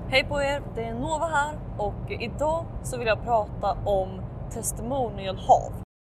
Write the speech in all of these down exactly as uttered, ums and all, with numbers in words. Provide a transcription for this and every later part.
Hej på er, det är Nova här och idag så vill jag prata om testimonial-hav.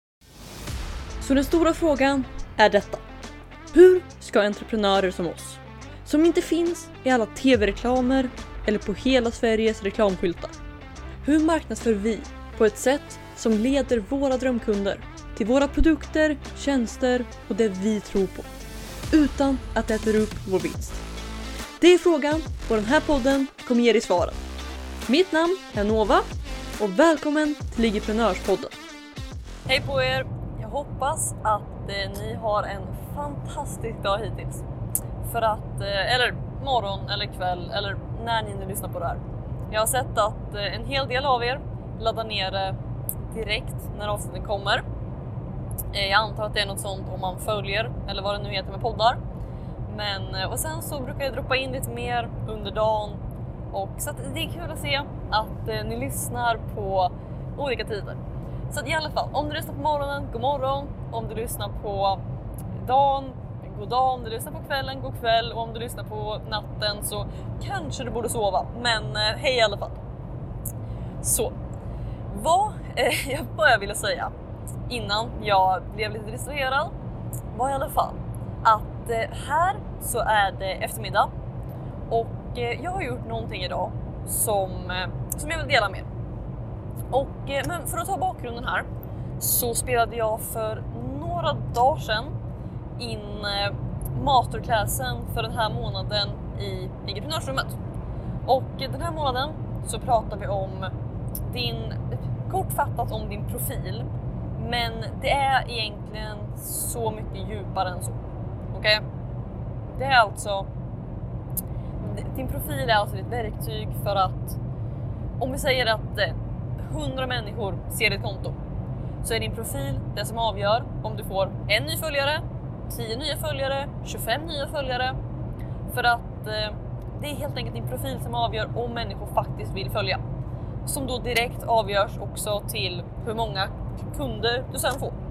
Så den stora frågan är detta. Hur ska entreprenörer som oss, som inte finns i alla tv-reklamer eller på hela Sveriges reklamskyltar, hur marknadsför vi på ett sätt som leder våra drömkunder till våra produkter, tjänster och det vi tror på, utan att det äter upp vår vinst? Det är frågan och den här podden kommer ge dig svaren. Mitt namn är Nova och välkommen till Ligiprenörspodden. Hej på er! Jag hoppas att eh, ni har en fantastisk dag hittills. För att, eh, eller morgon eller kväll eller när ni nu lyssnar på det här. Jag har sett att eh, en hel del av er laddar ner det direkt när avsnittet kommer. Eh, jag antar att det är något sånt om man följer eller vad det nu heter med poddar. Men, och sen så brukar jag droppa in lite mer under dagen. Och så att det är kul att se att eh, ni lyssnar på olika tider. Så att i alla fall, om du lyssnar på morgonen, god morgon. Om du lyssnar på dagen, god dag. Om du lyssnar på kvällen, god kväll. Och om du lyssnar på natten så kanske du borde sova. Men eh, hej i alla fall. Så, vad eh, jag bara ville säga innan jag blev lite distraherad var i alla fall att här så är det eftermiddag och jag har gjort någonting idag som, som jag vill dela med. Och, men för att ta bakgrunden här så spelade jag för några dagar sedan in masterclassen för den här månaden i Ligiprenörsrummet. Och den här månaden så pratar vi om din, kortfattat om din profil, men det är egentligen så mycket djupare än så. Okej? Okay? Det är alltså din profil är alltså ditt verktyg för att, om vi säger att hundra människor ser ditt konto, så är din profil det som avgör om du får en ny följare, tio nya följare, tjugofem nya följare. För att det är helt enkelt din profil som avgör om människor faktiskt vill följa. Som då direkt avgörs också till hur många kunder du sen får.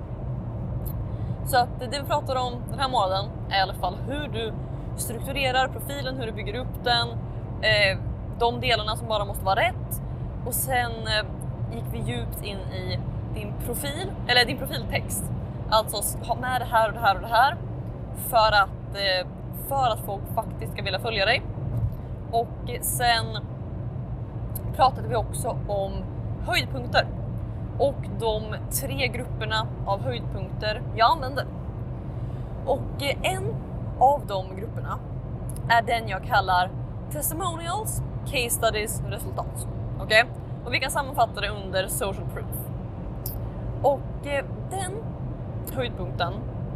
Så att det vi pratar om den här månaden är i alla fall hur du strukturerar profilen, hur du bygger upp den, eh, de delarna som bara måste vara rätt. Och sen eh, gick vi djupt in i din profil, eller din profiltext. Alltså ha med det här och det här och det här för att, eh, för att folk faktiskt ska vilja följa dig. Och sen pratade vi också om höjdpunkter. Och de tre grupperna av höjdpunkter jag använder. Och en av de grupperna är den jag kallar testimonials, case studies, resultat. Okej? Okay? Och vi kan sammanfatta det under social proof. Och den höjdpunkten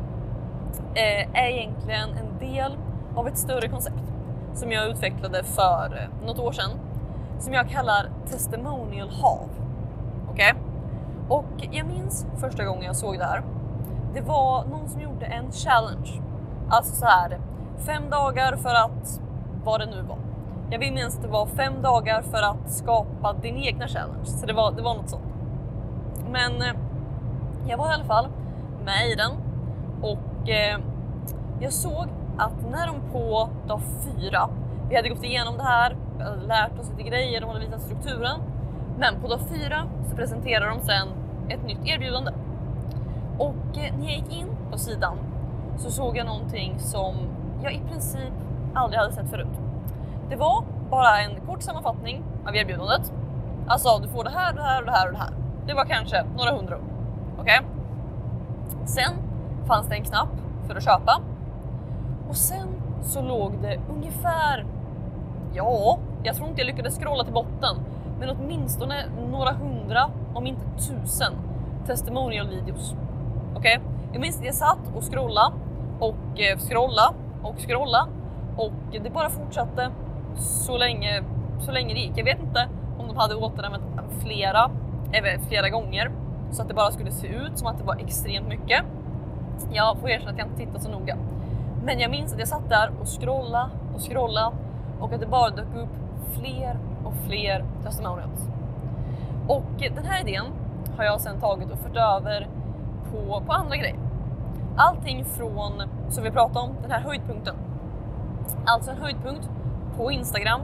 är egentligen en del av ett större koncept som jag utvecklade för något år sedan. Som jag kallar testimonial-hav. Okej? Okay? Och jag minns första gången jag såg det här. Det var någon som gjorde en challenge. Alltså så här, fem dagar för att, vad det nu var. Jag vill minnas att det var fem dagar för att skapa din egna challenge. Så det var, det var något sånt. Men eh, jag var i alla fall med i den. Och eh, jag såg att när de på dag fyra, vi hade gått igenom det här, vi hade lärt oss lite grejer, de hade visat strukturen. Men på dag fyra så presenterar de sen ett nytt erbjudande. Och när jag gick in på sidan så såg jag någonting som jag i princip aldrig hade sett förut. Det var bara en kort sammanfattning av erbjudandet. Alltså du får det här, det här och det här och det här. Det var kanske några hundra ord. Okej? Okay? Sen fanns det en knapp för att köpa. Och sen så låg det ungefär, ja, jag tror inte jag lyckades scrolla till botten. Men åtminstone några hundra, om inte tusen, testimonial-videos. Okej? Okay? Jag minns att jag satt och scrolla och eh, scrolla och scrolla. Och det bara fortsatte så länge, så länge det gick. Jag vet inte om de hade återanvänt flera, eh, flera gånger. Så att det bara skulle se ut som att det var extremt mycket. Jag får erkänna att jag inte tittade så noga. Men jag minns att jag satt där och scrolla och scrolla. Och att det bara dök upp fler och fler testimonials. Och den här idén har jag sedan tagit och fört över på, på andra grejer. Allting från, som vi pratade om, den här höjdpunkten. Alltså en höjdpunkt på Instagram.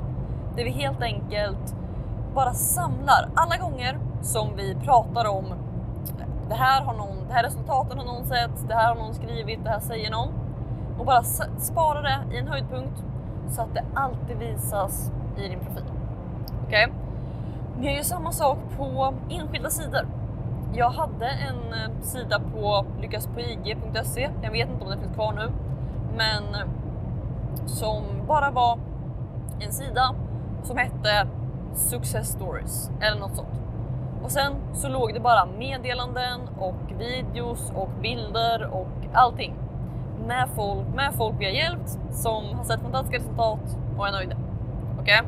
där vi helt enkelt bara samlar alla gånger som vi pratar om det här har någon, det här resultaten har någon sett, det här har någon skrivit, det här säger någon, och bara spara det i en höjdpunkt så att det alltid visas i din profil. Okej? Okay? Men jag gör samma sak på enskilda sidor. Jag hade en sida på lyckas på i g punkt se, jag vet inte om den finns kvar nu, men som bara var en sida som hette Success Stories eller något sånt. Och sen så låg det bara meddelanden och videos och bilder och allting med folk, med folk vi har hjälpt som har sett fantastiska resultat och är nöjda. Okej? Okay?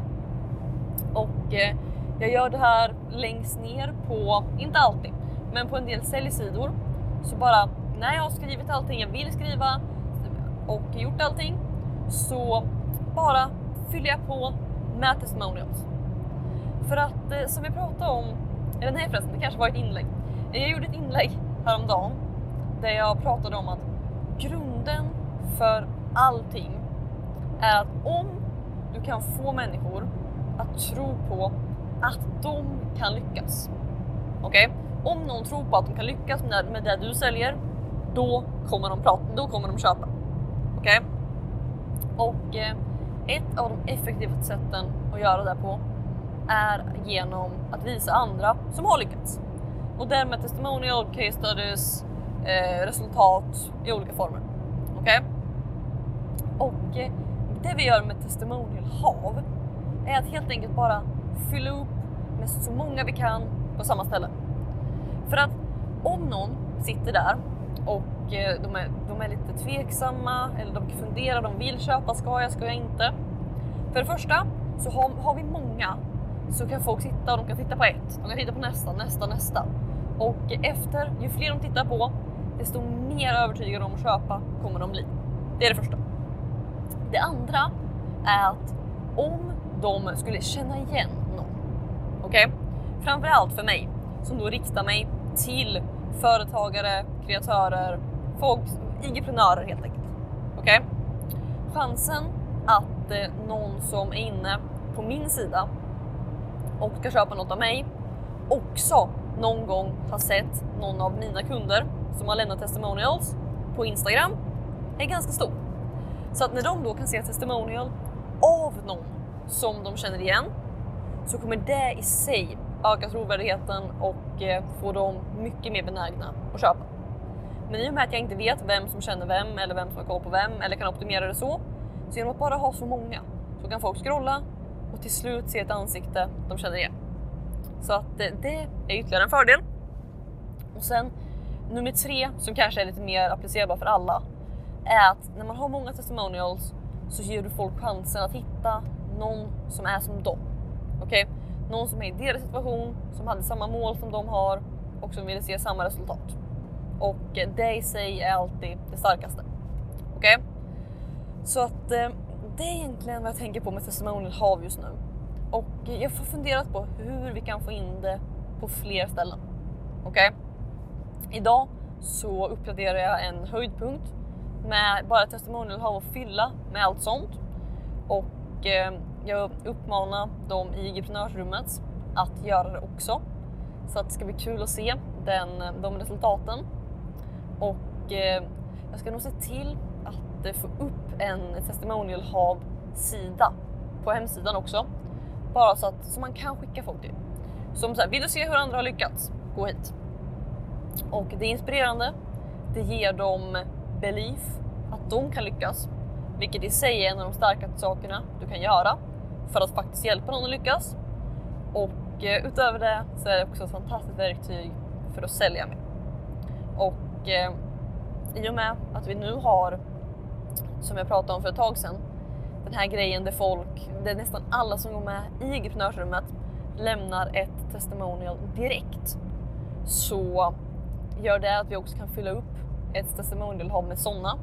Och eh, jag gör det här längst ner på, inte alltid, men på en del säljsidor. Så bara när jag har skrivit allting jag vill skriva och gjort allting, så bara fyller jag på med testimonials. För att eh, som vi pratade om, eller nej förresten, det kanske var ett inlägg. Jag gjorde ett inlägg häromdagen där jag pratade om att grunden för allting är att om du kan få människor att tro på att de kan lyckas. Okej? Okay? Om någon tror på att de kan lyckas med, med det du säljer, då kommer de prata, då kommer de köpa. Okej? Okay? Och eh, ett av de effektivaste sätten att göra det på är genom att visa andra som har lyckats. Och därmed testimonial, case studies, eh, resultat i olika former. Okej? Okay? Och eh, det vi gör med testimonial hav är att helt enkelt bara fylla upp med så många vi kan på samma ställe. För att om någon sitter där och eh, de, är, de är lite tveksamma eller de funderar, de vill köpa, ska jag, ska jag inte? För det första så har, har vi många, så kan folk sitta och de kan titta på ett, de kan titta på nästa, nästa, nästa. Och efter, ju fler de tittar på, desto mer övertygade om att köpa kommer de bli. Det är det första. Det andra är att om de skulle känna igen någon, okej? Okay? Framförallt för mig, som då riktar mig till företagare, kreatörer, folk, I G-prenörer helt enkelt. Okej? Okay? Chansen att eh, någon som är inne på min sida och ska köpa något av mig också någon gång har sett någon av mina kunder som har lämnat testimonials på Instagram är ganska stor. Så att när de då kan se testimonial av någon som de känner igen, så kommer det i sig öka trovärdigheten och eh, få dem mycket mer benägna att köpa. Men i och med att jag inte vet vem som känner vem eller vem som har koll på vem eller kan optimera det så, så genom att bara ha så många så kan folk scrolla och till slut se ett ansikte de känner igen. Så att eh, det är ytterligare en fördel. Och sen nummer tre, som kanske är lite mer applicerbar för alla, är att när man har många testimonials så ger du folk chansen att hitta någon som är som dem. Okej? Okay? Någon som är i deras situation, som hade samma mål som de har och som ville se samma resultat. Och det i sig är alltid det starkaste. Okej? Okay? Så att eh, det är egentligen vad jag tänker på med testimonial hav just nu. Och jag har funderat på hur vi kan få in det på fler ställen. Okej? Okay? Idag så uppdaterar jag en höjdpunkt med bara testimonial hav att fylla med allt sånt. Och eh, jag uppmanar dem i I G-prenörsrummet att göra det också. Så att det ska bli kul att se den, de resultaten. Och eh, jag ska nog se till att eh, få upp en testimonial hav sida på hemsidan också. Bara så att så man kan skicka folk till. Som så här, vill du se hur andra har lyckats? Gå hit. Och det är inspirerande. Det ger dem belief att de kan lyckas. Vilket i sig är en av de starkaste sakerna du kan göra för att faktiskt hjälpa någon att lyckas. Och eh, utöver det så är det också ett fantastiskt verktyg för att sälja med. Och eh, i och med att vi nu har, som jag pratade om för ett tag sedan, den här grejen där folk, det är nästan alla som går med i I G-prenörsrummet lämnar ett testimonial direkt. Så gör det att vi också kan fylla upp ett testimonial hav med sådana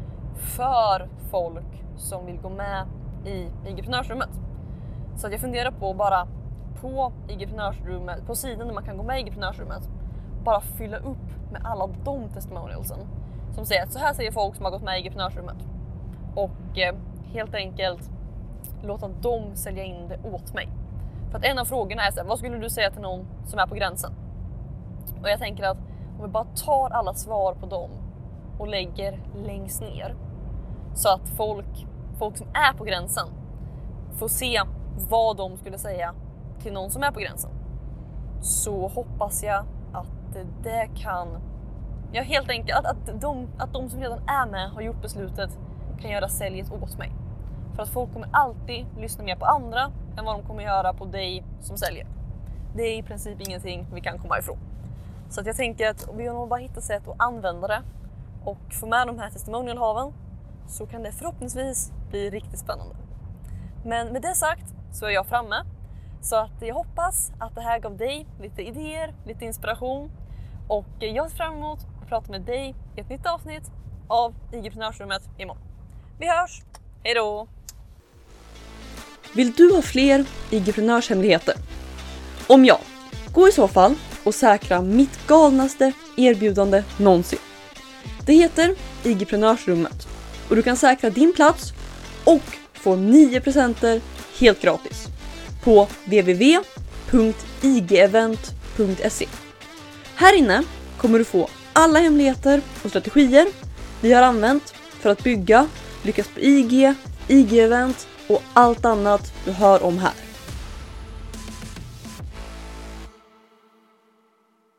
för folk som vill gå med i I G-prenörsrummet. Så att jag funderar på bara på I G-prenörsrummet, på sidan där man kan gå med i I G-prenörsrummet, bara fylla upp med alla de testimonialsen som säger att så här säger folk som har gått med i I G-prenörsrummet. Och eh, helt enkelt låta dem sälja in det åt mig. För att en av frågorna är så här, vad skulle du säga till någon som är på gränsen? Och jag tänker att om vi bara tar alla svar på dem och lägger längst ner, så att folk, folk som är på gränsen får se vad de skulle säga till någon som är på gränsen, så hoppas jag att det kan, ja helt enkelt att, att, de, att de som redan är med har gjort beslutet kan göra säljet åt mig. För att folk kommer alltid lyssna mer på andra än vad de kommer göra på dig som säljer. Det är i princip ingenting vi kan komma ifrån. Så att jag tänker att om vi bara hittar sätt att använda det och få med de här testimonialhaven, så kan det förhoppningsvis bli riktigt spännande. Men med det sagt så är jag framme. Så att jag hoppas att det här gav dig lite idéer, lite inspiration. Och jag ser fram emot att prata med dig i ett nytt avsnitt av IG-prenörsrummet imorgon. Vi hörs! Hej då! Vill du ha fler I G-prenörshemligheter? Om ja, gå i så fall och säkra mitt galnaste erbjudande någonsin. Det heter I G-prenörsrummet och du kan säkra din plats och få nio presenter helt gratis på w w w punkt i g event punkt se. Här inne kommer du få alla hemligheter och strategier vi har använt för att bygga, lyckas på I G, I G-event och allt annat du hör om här.